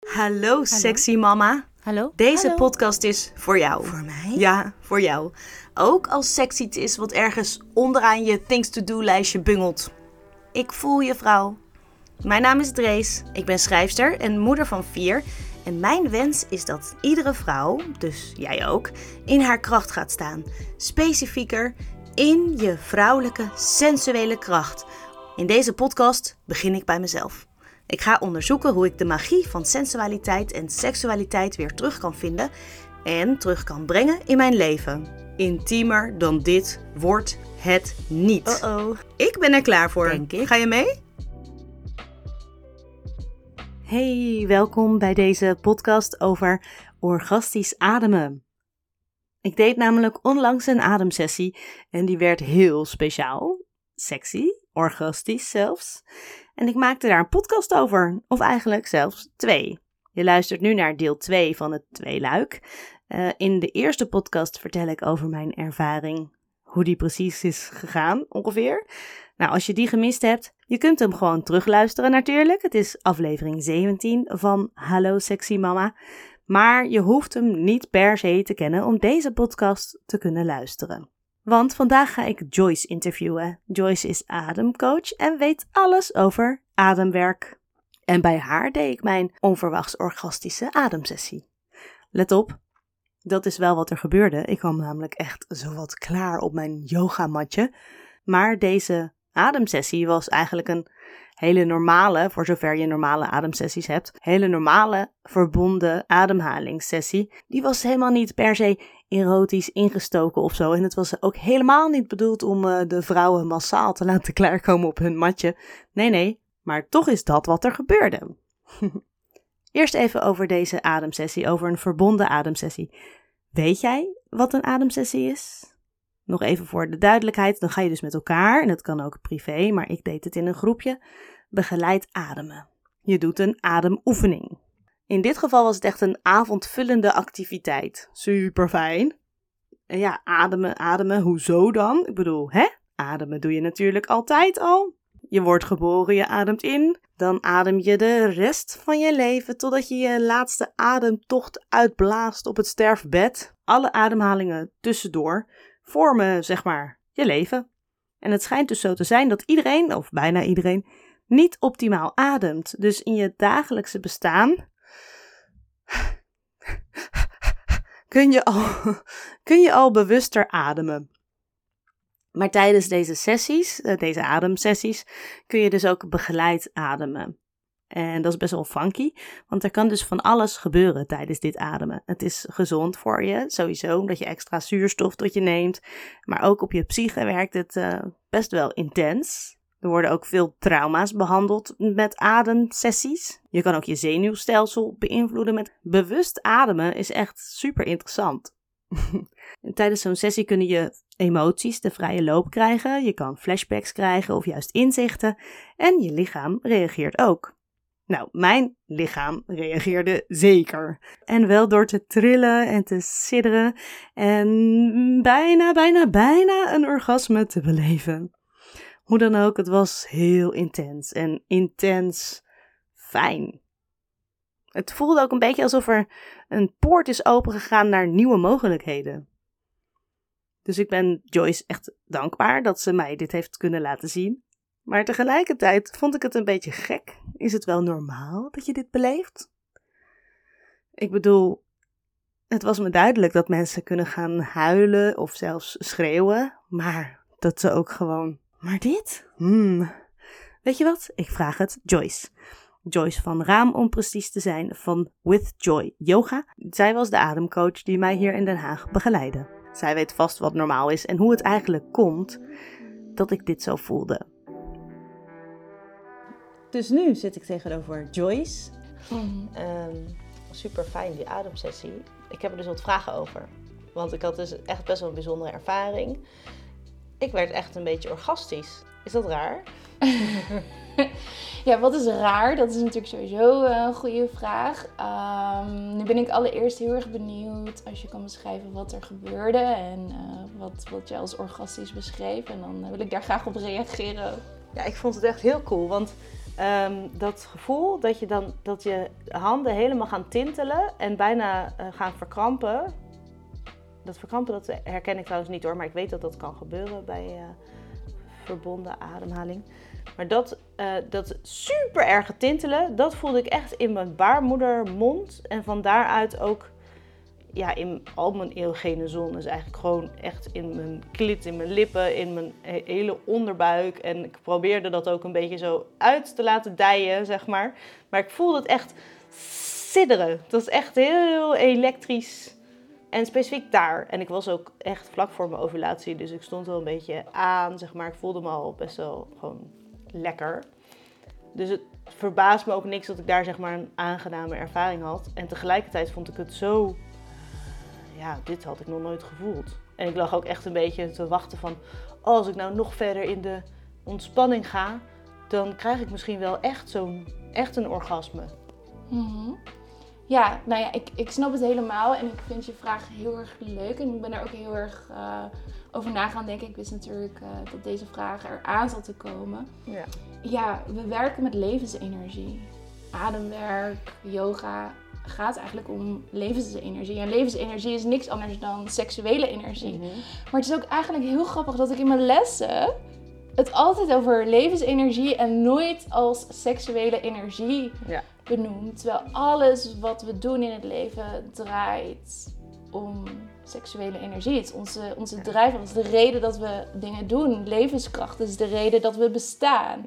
Hallo sexy mama. Hallo? Deze Hallo. podcast is voor jou. Voor mij? Ja, voor jou. Ook als seks iets is wat ergens onderaan je things to do lijstje bungelt. Ik voel je vrouw. Mijn naam is Drees. Ik ben schrijfster en moeder van 4. En mijn wens is dat iedere vrouw, dus jij ook, in haar kracht gaat staan. Specifieker in je vrouwelijke sensuele kracht. In deze podcast begin ik bij mezelf. Ik ga onderzoeken hoe ik de magie van sensualiteit en seksualiteit weer terug kan vinden en terug kan brengen in mijn leven. Intiemer dan dit wordt het niet. Ik ben er klaar voor. Denk ik. Ga je mee? Hey, welkom bij deze podcast over orgastisch ademen. Ik deed namelijk onlangs een ademsessie en die werd heel speciaal. Sexy, orgastisch zelfs. En ik maakte daar een podcast over, of eigenlijk zelfs 2. Je luistert nu naar deel 2 van het tweeluik. In de eerste podcast vertel ik over mijn ervaring, hoe die precies is gegaan ongeveer. Nou, als je die gemist hebt, je kunt hem gewoon terugluisteren natuurlijk. Het is aflevering 17 van Hallo Sexy Mama. Maar je hoeft hem niet per se te kennen om deze podcast te kunnen luisteren. Want vandaag ga ik Joyce interviewen. Joyce is ademcoach en weet alles over ademwerk. En bij haar deed ik mijn onverwachts orgastische ademsessie. Let op, dat is wel wat er gebeurde. Ik kwam namelijk echt zowat klaar op mijn yogamatje. Maar deze ademsessie was eigenlijk een hele normale, voor zover je normale ademsessies hebt, hele normale verbonden ademhalingssessie. Die was helemaal niet per se erotisch ingestoken of zo. En het was ook helemaal niet bedoeld om de vrouwen massaal te laten klaarkomen op hun matje. Nee, maar toch is dat wat er gebeurde. Eerst even over deze ademsessie, over een verbonden ademsessie. Weet jij wat een ademsessie is? Nog even voor de duidelijkheid, dan ga je dus met elkaar, en dat kan ook privé, maar ik deed het in een groepje, begeleid ademen. Je doet een ademoefening. In dit geval was het echt een avondvullende activiteit. Super fijn. En ja, ademen, hoezo dan? Ik bedoel, ademen doe je natuurlijk altijd al. Je wordt geboren, je ademt in. Dan adem je de rest van je leven totdat je je laatste ademtocht uitblaast op het sterfbed. Alle ademhalingen tussendoor vormen, zeg maar, je leven. En het schijnt dus zo te zijn dat iedereen, of bijna iedereen, niet optimaal ademt. Dus in je dagelijkse bestaan kun je al bewuster ademen. Maar tijdens deze sessies, deze ademsessies, kun je dus ook begeleid ademen. En dat is best wel funky, want er kan dus van alles gebeuren tijdens dit ademen. Het is gezond voor je, sowieso, omdat je extra zuurstof tot je neemt. Maar ook op je psyche werkt het best wel intens. Er worden ook veel trauma's behandeld met ademsessies. Je kan ook je zenuwstelsel beïnvloeden met bewust ademen, is echt super interessant. En tijdens zo'n sessie kunnen je emoties de vrije loop krijgen. Je kan flashbacks krijgen of juist inzichten. En je lichaam reageert ook. Nou, mijn lichaam reageerde zeker. En wel door te trillen en te sidderen en bijna een orgasme te beleven. Hoe dan ook, het was heel intens en intens fijn. Het voelde ook een beetje alsof er een poort is opengegaan naar nieuwe mogelijkheden. Dus ik ben Joyce echt dankbaar dat ze mij dit heeft kunnen laten zien. Maar tegelijkertijd vond ik het een beetje gek. Is het wel normaal dat je dit beleeft? Ik bedoel, het was me duidelijk dat mensen kunnen gaan huilen of zelfs schreeuwen. Maar dat ze ook gewoon... Maar dit? Weet je wat? Ik vraag het Joyce. Joyce van Raam, om precies te zijn, van With Joy Yoga. Zij was de ademcoach die mij hier in Den Haag begeleidde. Zij weet vast wat normaal is en hoe het eigenlijk komt dat ik dit zo voelde. Dus nu zit ik tegenover Joyce. Super fijn, die ademsessie. Ik heb er dus wat vragen over. Want ik had dus echt best wel een bijzondere ervaring. Ik werd echt een beetje orgastisch. Is dat raar? Ja, wat is raar? Dat is natuurlijk sowieso een goede vraag. Nu ben ik allereerst heel erg benieuwd als je kan beschrijven wat er gebeurde en wat je als orgastisch beschreef. En dan wil ik daar graag op reageren. Ja, ik vond het echt heel cool, want Dat gevoel dat je handen helemaal gaan tintelen en bijna gaan verkrampen. Dat verkrampen, dat herken ik trouwens niet hoor, maar ik weet dat dat kan gebeuren bij verbonden ademhaling. Maar dat super erge tintelen, dat voelde ik echt in mijn baarmoedermond. En van daaruit ook in al mijn erogene zones. Eigenlijk gewoon echt in mijn klit, in mijn lippen, in mijn hele onderbuik. En ik probeerde dat ook een beetje zo uit te laten dijen, zeg maar. Maar ik voelde het echt sidderen. Het was echt heel elektrisch. En specifiek daar. En ik was ook echt vlak voor mijn ovulatie. Dus ik stond wel een beetje aan, zeg maar. Ik voelde me al best wel gewoon lekker. Dus het verbaast me ook niks dat ik daar zeg maar een aangename ervaring had. En tegelijkertijd vond ik het zo... dit had ik nog nooit gevoeld. En ik lag ook echt een beetje te wachten van... als ik nou nog verder in de ontspanning ga... dan krijg ik misschien wel echt een orgasme. Mm-hmm. Ja, nou ja, ik snap het helemaal en ik vind je vraag heel erg leuk. En ik ben er ook heel erg over na gaan denken. Ik wist natuurlijk dat deze vraag eraan zat te komen. Ja, we werken met levensenergie. Ademwerk, yoga gaat eigenlijk om levensenergie. En levensenergie is niks anders dan seksuele energie. Mm-hmm. Maar het is ook eigenlijk heel grappig dat ik in mijn lessen het altijd over levensenergie en nooit als seksuele energie benoem. Terwijl alles wat we doen in het leven draait om seksuele energie. Het is onze drijfveer, het is de reden dat we dingen doen. Levenskracht is de reden dat we bestaan.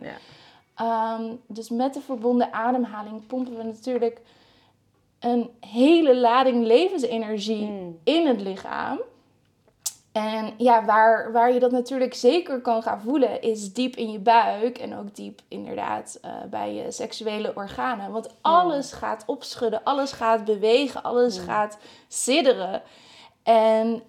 Dus met de verbonden ademhaling pompen we natuurlijk een hele lading levensenergie in het lichaam. En ja, waar je dat natuurlijk zeker kan gaan voelen is diep in je buik en ook diep inderdaad bij je seksuele organen. Want alles gaat opschudden, alles gaat bewegen, alles gaat sidderen. En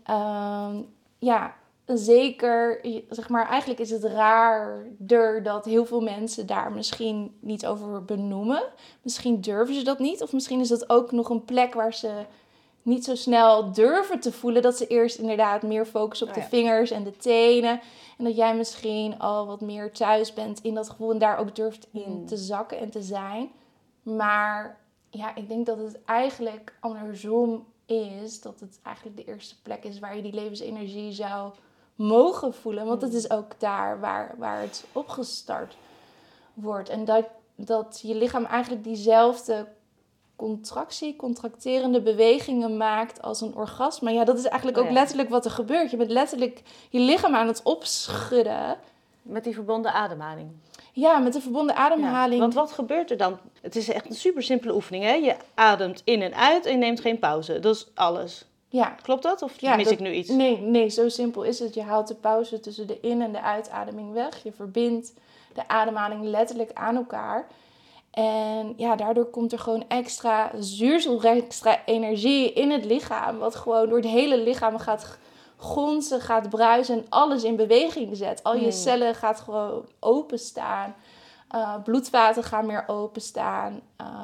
zeker, zeg maar, eigenlijk is het raarder dat heel veel mensen daar misschien niet over benoemen. Misschien durven ze dat niet, of misschien is dat ook nog een plek waar ze niet zo snel durven te voelen, dat ze eerst inderdaad meer focussen op de vingers en de tenen. En dat jij misschien al wat meer thuis bent in dat gevoel en daar ook durft in te zakken en te zijn. Maar ja, ik denk dat het eigenlijk andersom is. Dat het eigenlijk de eerste plek is waar je die levensenergie zou mogen voelen. Want het is ook daar waar het opgestart wordt. En dat je lichaam eigenlijk diezelfde contracterende bewegingen maakt als een orgasme. Ja, dat is eigenlijk ook letterlijk wat er gebeurt. Je bent letterlijk je lichaam aan het opschudden. Met die verbonden ademhaling. Ja, met de verbonden ademhaling. Want wat gebeurt er dan? Het is echt een super simpele oefening, hè? Je ademt in en uit en je neemt geen pauze. Dat is alles. Ja. Klopt dat? Of mis ik nu iets? Nee, zo simpel is het. Je haalt de pauze tussen de in- en de uitademing weg. Je verbindt de ademhaling letterlijk aan elkaar. En ja, daardoor komt er gewoon extra zuurstof, extra energie in het lichaam. Wat gewoon door het hele lichaam gaat gonzen, gaat bruisen en alles in beweging zet. Al je cellen gaat gewoon openstaan. Bloedvaten gaan meer openstaan.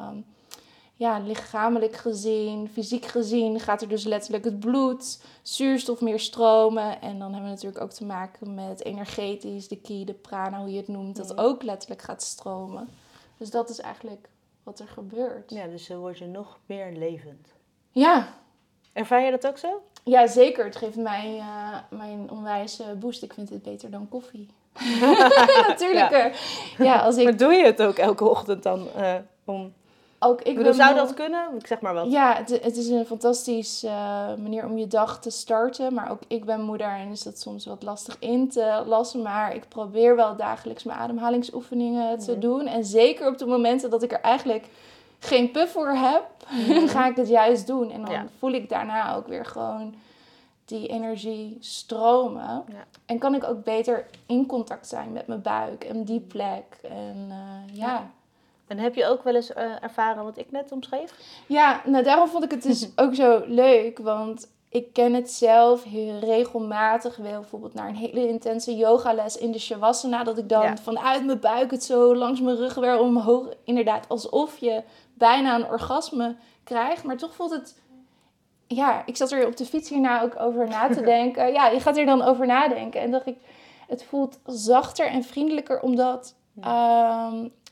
Lichamelijk gezien, fysiek gezien gaat er dus letterlijk het bloed, zuurstof meer stromen. En dan hebben we natuurlijk ook te maken met energetisch, de ki, de prana, hoe je het noemt, dat ook letterlijk gaat stromen. Dus dat is eigenlijk wat er gebeurt. Ja, dus dan word je nog meer levend. Ja. Ervaar je dat ook zo? Ja, zeker. Het geeft mij mijn onwijs boost. Ik vind het beter dan koffie. Natuurlijk. Maar doe je het ook elke ochtend dan om... Ook zou dat kunnen? Ik zeg maar wat. Ja, het is een fantastische manier om je dag te starten. Maar ook ik ben moeder en is dat soms wat lastig in te lassen. Maar ik probeer wel dagelijks mijn ademhalingsoefeningen te doen. En zeker op de momenten dat ik er eigenlijk geen puff voor heb, ga ik het juist doen. En dan voel ik daarna ook weer gewoon die energie stromen. Ja. En kan ik ook beter in contact zijn met mijn buik en die plek. En En heb je ook wel eens ervaren wat ik net omschreef? Ja, nou daarom vond ik het dus ook zo leuk. Want ik ken het zelf heel regelmatig wel. Bijvoorbeeld naar een hele intense yogales in de Shavasana. Dat ik dan vanuit mijn buik het zo langs mijn rug weer omhoog. Inderdaad, alsof je bijna een orgasme krijgt. Maar toch voelt het... Ja, ik zat er op de fiets hierna ook over na te denken. Ja, je gaat er dan over nadenken. En dacht ik, het voelt zachter en vriendelijker. Omdat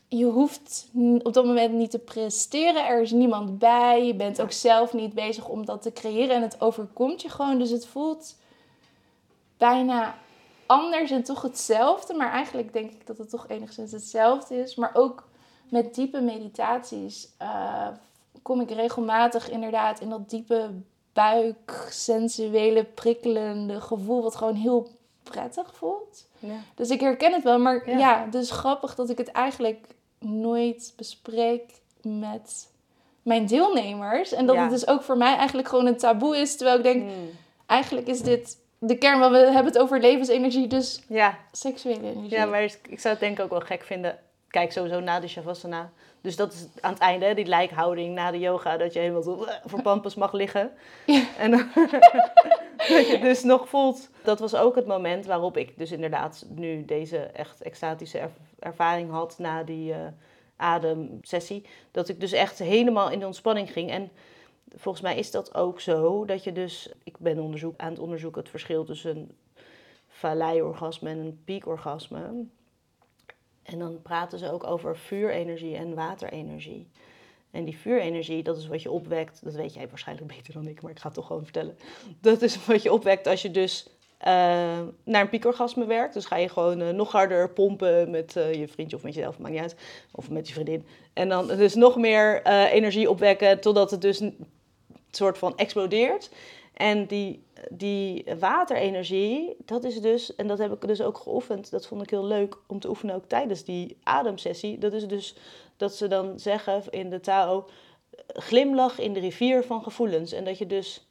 je hoeft op dat moment niet te presteren. Er is niemand bij. Je bent ook zelf niet bezig om dat te creëren. En het overkomt je gewoon. Dus het voelt bijna anders en toch hetzelfde. Maar eigenlijk denk ik dat het toch enigszins hetzelfde is. Maar ook met diepe meditaties kom ik regelmatig inderdaad in dat diepe buik, sensuele, prikkelende gevoel. Wat gewoon heel prettig voelt. Ja. Dus ik herken het wel. Maar ja, dus grappig dat ik het eigenlijk nooit bespreek met mijn deelnemers. En dat het dus ook voor mij eigenlijk gewoon een taboe is. Terwijl ik denk, eigenlijk is dit de kern. Want we hebben het over levensenergie, dus seksuele energie. Ja, maar ik zou het denk ik ook wel gek vinden. Kijk, sowieso na de Shavasana. Dus dat is aan het einde, die lijkhouding na de yoga. Dat je helemaal zo voor pampas mag liggen. Ja. En dan, dat je dus nog voelt. Dat was ook het moment waarop ik dus inderdaad nu deze echt extatische ervaring had na die ademsessie. Dat ik dus echt helemaal in de ontspanning ging. En volgens mij is dat ook zo. Dat je dus, ik ben aan het onderzoeken het verschil tussen een vallei-orgasme en een piekorgasme. En dan praten ze ook over vuurenergie en waterenergie. En die vuurenergie, dat is wat je opwekt. Dat weet jij waarschijnlijk beter dan ik, maar ik ga het toch gewoon vertellen. Dat is wat je opwekt als je dus naar een piekorgasme werkt. Dus ga je gewoon nog harder pompen met je vriendje of met jezelf, maakt niet uit. Of met je vriendin. En dan dus nog meer energie opwekken totdat het dus een soort van explodeert. En die waterenergie, dat is dus, en dat heb ik dus ook geoefend, dat vond ik heel leuk om te oefenen ook tijdens die ademsessie. Dat is dus dat ze dan zeggen in de Tao, glimlach in de rivier van gevoelens. En dat je dus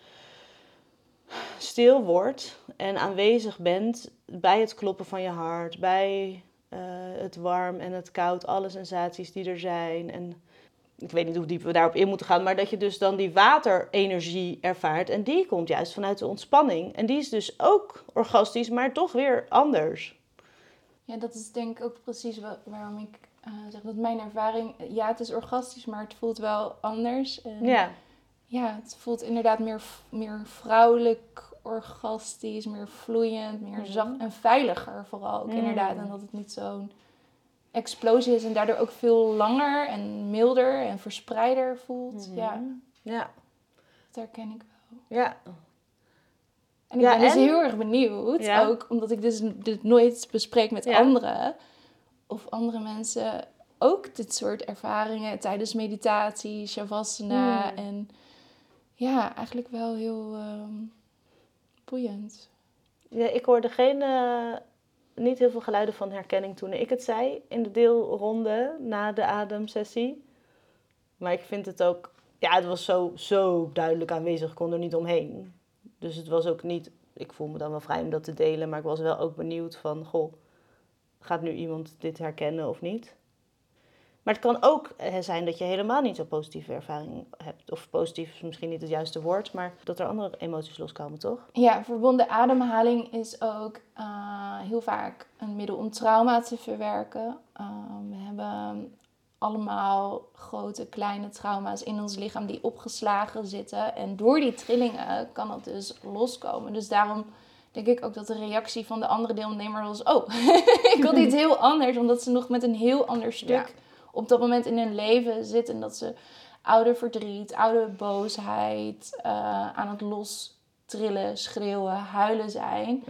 stil wordt en aanwezig bent bij het kloppen van je hart, bij het warm en het koud, alle sensaties die er zijn. En ik weet niet hoe diep we daarop in moeten gaan, maar dat je dus dan die waterenergie ervaart. En die komt juist vanuit de ontspanning. En die is dus ook orgastisch, maar toch weer anders. Ja, dat is denk ik ook precies waarom ik zeg dat mijn ervaring... Ja, het is orgastisch, maar het voelt wel anders. En ja, het voelt inderdaad meer vrouwelijk, orgastisch, meer vloeiend, meer zacht en veiliger vooral ook inderdaad. En dat het niet zo'n explosie is en daardoor ook veel langer en milder en verspreider voelt. Ja, dat herken ik wel. Ja. En ik ben dus heel erg benieuwd, ook omdat ik dus dit nooit bespreek met anderen, of andere mensen ook dit soort ervaringen tijdens meditatie, shavasana en ja, eigenlijk wel heel boeiend. Ja, ik hoorde niet heel veel geluiden van herkenning toen ik het zei in de deelronde na de ademsessie. Maar ik vind het ook, het was zo duidelijk aanwezig, ik kon er niet omheen. Dus het was ook niet, ik voel me dan wel vrij om dat te delen, maar ik was wel ook benieuwd van, gaat nu iemand dit herkennen of niet? Maar het kan ook zijn dat je helemaal niet zo'n positieve ervaring hebt. Of positief is misschien niet het juiste woord, maar dat er andere emoties loskomen, toch? Ja, verbonden ademhaling is ook heel vaak een middel om trauma te verwerken. We hebben allemaal grote, kleine trauma's in ons lichaam die opgeslagen zitten. En door die trillingen kan dat dus loskomen. Dus daarom denk ik ook dat de reactie van de andere deelnemer was, ik wil iets heel anders. Omdat ze nog met een heel ander stuk op dat moment in hun leven zitten. En dat ze oude verdriet, oude boosheid aan het lostrillen, schreeuwen, huilen zijn.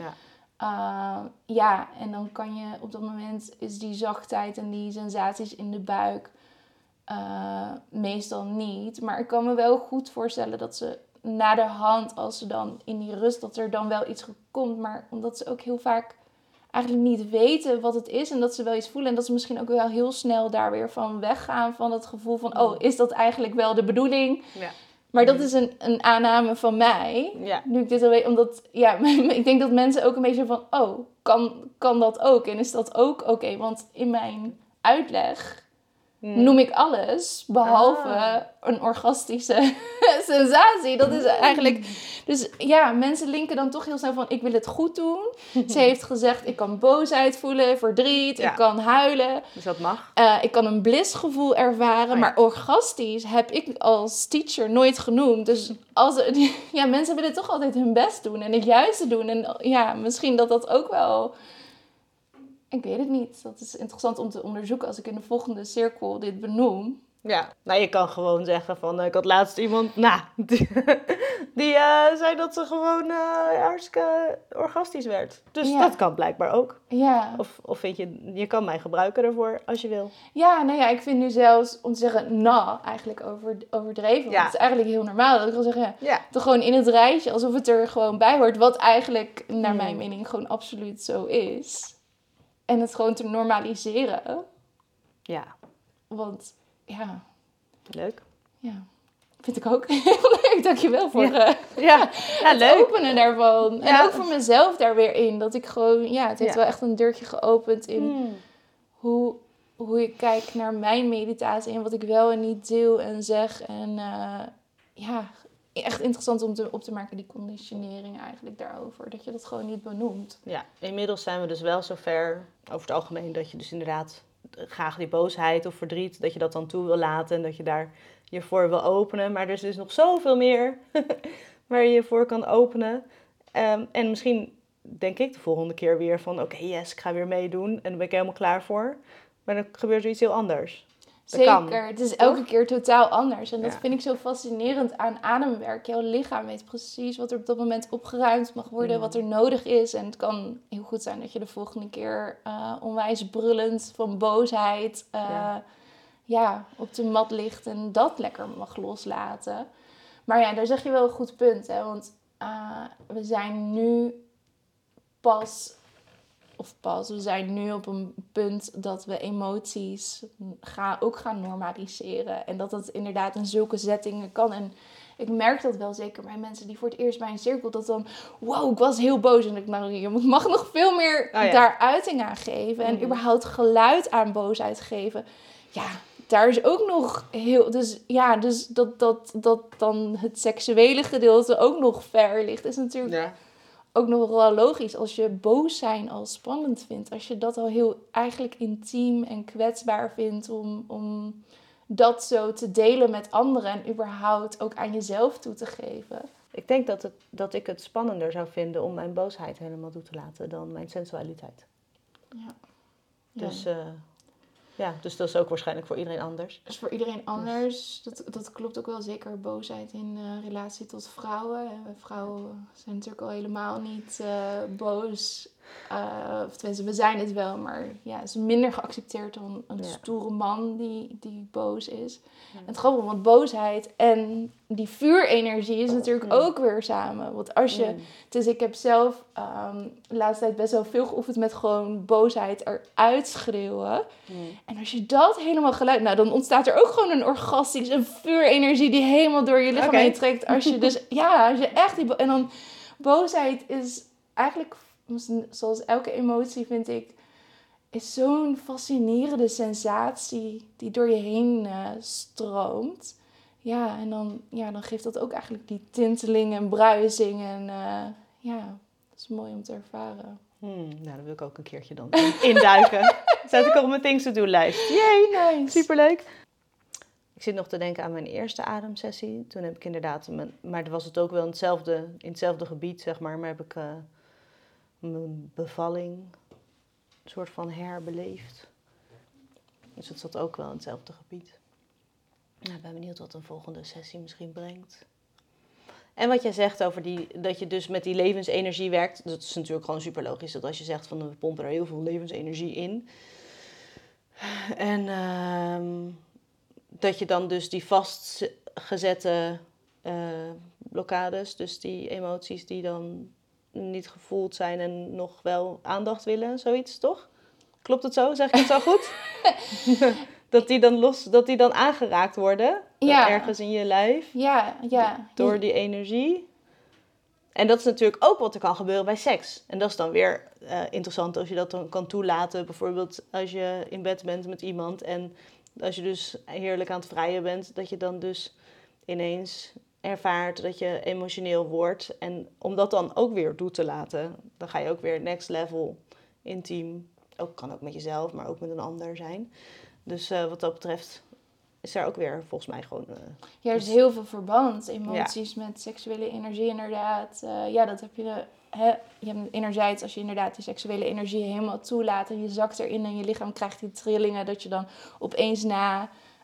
En dan kan je op dat moment is die zachtheid en die sensaties in de buik meestal niet. Maar ik kan me wel goed voorstellen dat ze naderhand, als ze dan in die rust, dat er dan wel iets komt. Maar omdat ze ook heel vaak eigenlijk niet weten wat het is en dat ze wel iets voelen. En dat ze misschien ook wel heel snel daar weer van weggaan van het gevoel van, is dat eigenlijk wel de bedoeling? Ja. Maar dat is een aanname van mij. Ja. Nu ik dit al weet, omdat ik denk dat mensen ook een beetje van, kan dat ook? En is dat ook oké? Want in mijn uitleg noem ik alles behalve een orgastische sensatie. Dat is eigenlijk... Dus ja, mensen linken dan toch heel snel van, ik wil het goed doen. Ze heeft gezegd, ik kan boosheid voelen, verdriet, ik kan huilen. Dus dat mag. Ik kan een blissgevoel ervaren, maar orgastisch heb ik als teacher nooit genoemd. Dus mensen willen toch altijd hun best doen en het juiste doen. En misschien dat ook wel Ik weet het niet. Dat is interessant om te onderzoeken als ik in de volgende cirkel dit benoem. Ja, nou je kan gewoon zeggen van, ik had laatst iemand, die zei dat ze gewoon hartstikke orgastisch werd. Dus dat kan blijkbaar ook. Ja. Of vind je kan mij gebruiken ervoor als je wil. Ja, nou ja, ik vind nu zelfs om te zeggen eigenlijk overdreven. Want het is eigenlijk heel normaal dat ik wil zeggen, toch gewoon in het rijtje, alsof het er gewoon bij hoort. Wat eigenlijk, naar mijn mening, gewoon absoluut zo is. En het gewoon te normaliseren. Ja. Want, ja. Leuk. Ja. Vind ik ook heel leuk. Dankjewel voor het leuk. openen daarvan. En ook voor mezelf daar weer in. Dat ik gewoon, het heeft wel echt een deurtje geopend in hoe ik kijk naar mijn meditatie. En wat ik wel en niet deel en zeg. En echt interessant om op te maken, die conditionering eigenlijk daarover. Dat je dat gewoon niet benoemt. Ja, inmiddels zijn we dus wel zover, over het algemeen, dat je dus inderdaad graag die boosheid of verdriet, dat je dat dan toe wil laten en dat je daar je voor wil openen. Maar er is dus nog zoveel meer waar je je voor kan openen. En misschien denk ik de volgende keer weer van, oké, yes, ik ga weer meedoen en dan ben ik helemaal klaar voor. Maar dan gebeurt er iets heel anders. Zeker, het is elke keer totaal anders. En dat vind ik zo fascinerend aan ademwerk. Jouw lichaam weet precies wat er op dat moment opgeruimd mag worden, wat er nodig is. En het kan heel goed zijn dat je de volgende keer onwijs brullend van boosheid op de mat ligt en dat lekker mag loslaten. Maar ja, daar zeg je wel een goed punt. Hè? Want we zijn nu we zijn nu op een punt dat we emoties ook gaan normaliseren. En dat inderdaad in zulke settingen kan. En ik merk dat wel zeker bij mensen die voor het eerst bij een cirkel, dat dan, wow, ik was heel boos. En je mag nog veel meer daar uiting aan geven. En überhaupt geluid aan boosheid geven. Ja, daar is ook nog heel... Dus dat dan het seksuele gedeelte ook nog ver ligt, is natuurlijk... Ja. Ook nog wel logisch als je boos zijn al spannend vindt. Als je dat al heel eigenlijk intiem en kwetsbaar vindt om dat zo te delen met anderen. En überhaupt ook aan jezelf toe te geven. Ik denk dat ik het spannender zou vinden om mijn boosheid helemaal toe te laten dan mijn sensualiteit. Ja. Dus... dus dat is ook waarschijnlijk voor iedereen anders. Dat is voor iedereen anders. Dat klopt ook wel. Zeker boosheid in relatie tot vrouwen. Vrouwen zijn natuurlijk al helemaal niet boos. Of tenminste, we zijn het wel. Maar het is minder geaccepteerd dan een stoere man die boos is. Ja. En het grappige, want boosheid en die vuurenergie is natuurlijk ook weer samen. Want als je... Dus ik heb zelf de laatste tijd best wel veel geoefend met gewoon boosheid eruit schreeuwen. En als je dat helemaal geluid... Nou, dan ontstaat er ook gewoon een orgastische, een vuurenergie die helemaal door je lichaam heen trekt. Als je dus... als je echt die... En dan boosheid is eigenlijk, zoals elke emotie vind ik, is zo'n fascinerende sensatie die door je heen stroomt. Ja, en dan geeft dat ook eigenlijk die tinteling en bruising. En dat is mooi om te ervaren. Nou, daar wil ik ook een keertje dan induiken. Zet ik op mijn things to do lijst. Yay, nice. Superleuk. Ik zit nog te denken aan mijn eerste ademsessie. Toen heb ik inderdaad, maar was het ook wel in hetzelfde gebied, zeg maar. Maar heb ik mijn bevalling een soort van herbeleefd. Dus het zat ook wel in hetzelfde gebied. Nou, ik ben benieuwd wat een volgende sessie misschien brengt. En wat jij zegt over dat je dus met die levensenergie werkt. Dat is natuurlijk gewoon super logisch. Dat als je zegt van we pompen er heel veel levensenergie in. En dat je dan dus die vastgezette blokkades, dus die emoties die dan niet gevoeld zijn en nog wel aandacht willen, zoiets, toch? Klopt het zo? Zeg ik het zo goed? dat die dan aangeraakt worden, ergens in je lijf, door die energie. En dat is natuurlijk ook wat er kan gebeuren bij seks. En dat is dan weer interessant als je dat dan kan toelaten. Bijvoorbeeld als je in bed bent met iemand en als je dus heerlijk aan het vrijen bent, dat je dan dus ineens ervaart dat je emotioneel wordt. En om dat dan ook weer toe te laten, dan ga je ook weer next level intiem. Kan ook met jezelf, maar ook met een ander zijn. Dus wat dat betreft is daar ook weer volgens mij gewoon... Ja, er is heel veel verband. Emoties met seksuele energie inderdaad. Dat heb je... Je hebt enerzijds, als je inderdaad die seksuele energie helemaal toelaat en je zakt erin en je lichaam krijgt die trillingen, dat je dan opeens na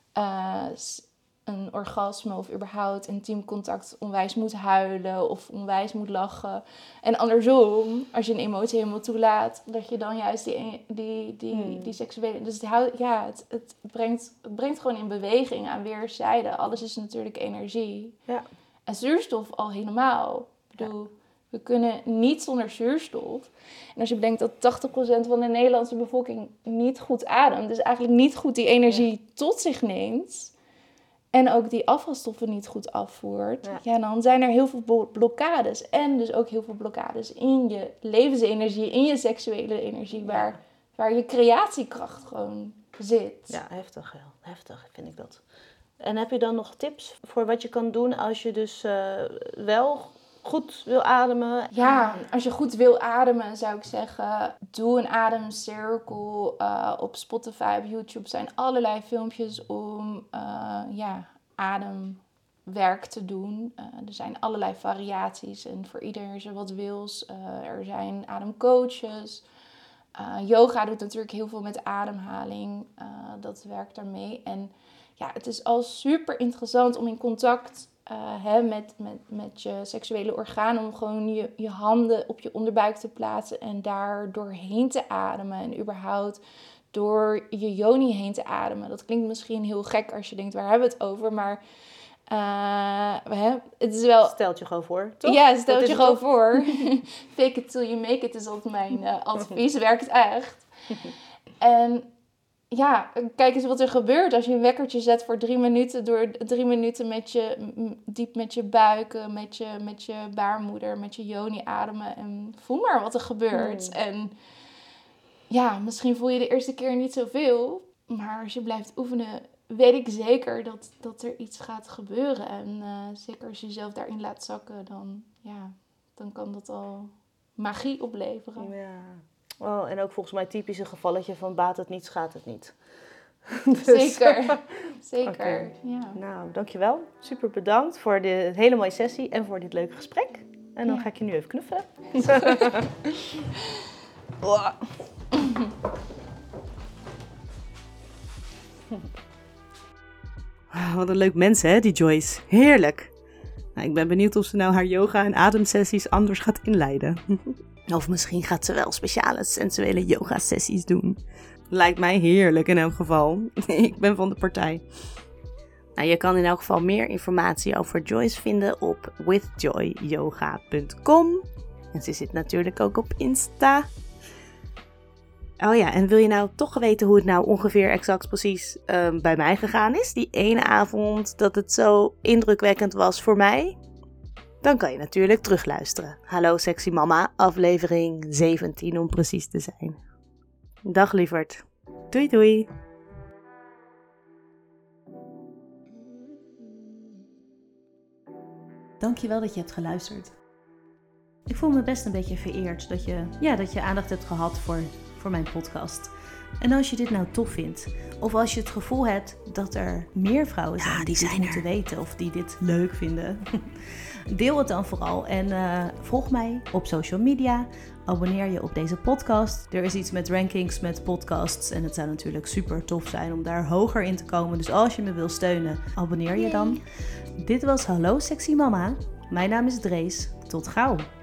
een orgasme of überhaupt intiem contact onwijs moet huilen of onwijs moet lachen. En andersom, als je een emotie helemaal toelaat, dat je dan juist die seksuele... Dus het brengt gewoon in beweging aan weerszijden. Alles is natuurlijk energie. Ja. En zuurstof al helemaal. Ik bedoel, we kunnen niet zonder zuurstof. En als je bedenkt dat 80% van de Nederlandse bevolking niet goed ademt, dus eigenlijk niet goed die energie tot zich neemt, en ook die afvalstoffen niet goed afvoert, dan zijn er heel veel blokkades. En dus ook heel veel blokkades in je levensenergie, in je seksuele energie, waar je creatiekracht gewoon zit. Ja, heftig vind ik dat. En heb je dan nog tips voor wat je kan doen als je dus wel goed wil ademen? Ja, als je goed wil ademen zou ik zeggen, doe een ademcirkel. Op Spotify, op YouTube zijn allerlei filmpjes om ademwerk te doen. Er zijn allerlei variaties en voor ieder is er wat wils. Er zijn ademcoaches. Yoga doet natuurlijk heel veel met ademhaling. Dat werkt daarmee. En ja, het is al super interessant om in contact met je seksuele orgaan, om gewoon je handen op je onderbuik te plaatsen en daar doorheen te ademen en überhaupt door je yoni heen te ademen. Dat klinkt misschien heel gek als je denkt, waar hebben we het over? Maar het is wel... Stel het je gewoon voor, toch? Ja, stel het je gewoon voor. Fake it till you make it is altijd mijn advies. Werkt echt. En ja, kijk eens wat er gebeurt als je een wekkertje zet voor 3 minuten. Door 3 minuten diep met je buik, met je baarmoeder, met je yoni ademen. En voel maar wat er gebeurt. En ja, misschien voel je de eerste keer niet zoveel. Maar als je blijft oefenen, weet ik zeker dat er iets gaat gebeuren. En zeker als je jezelf daarin laat zakken, dan kan dat al magie opleveren. Ja. Oh, en ook volgens mij typisch een gevalletje van baat het niet, schaadt het niet. Zeker. Okay. Ja. Nou, dankjewel. Super bedankt voor de hele mooie sessie en voor dit leuke gesprek. En dan ga ik je nu even knuffelen. Wat een leuk mens, hè, die Joyce. Heerlijk. Nou, ik ben benieuwd of ze nou haar yoga en ademsessies anders gaat inleiden. Of misschien gaat ze wel speciale sensuele yoga-sessies doen. Lijkt mij heerlijk in elk geval. Ik ben van de partij. Nou, je kan in elk geval meer informatie over Joyce vinden op withjoyyoga.com. En ze zit natuurlijk ook op Insta. Oh ja, en wil je nou toch weten hoe het nou ongeveer exact precies bij mij gegaan is? Die ene avond dat het zo indrukwekkend was voor mij? Dan kan je natuurlijk terugluisteren. Hallo Sexy Mama, aflevering 17 om precies te zijn. Dag lieverd. Doei doei. Dankjewel dat je hebt geluisterd. Ik voel me best een beetje vereerd dat je aandacht hebt gehad voor mijn podcast. En als je dit nou tof vindt, of als je het gevoel hebt dat er meer vrouwen zijn die dit moeten weten of die dit leuk vinden, deel het dan vooral en volg mij op social media. Abonneer je op deze podcast. Er is iets met rankings, met podcasts en het zou natuurlijk super tof zijn om daar hoger in te komen. Dus als je me wil steunen, abonneer je dan. Dit was Hallo Sexy Mama. Mijn naam is Drees. Tot gauw.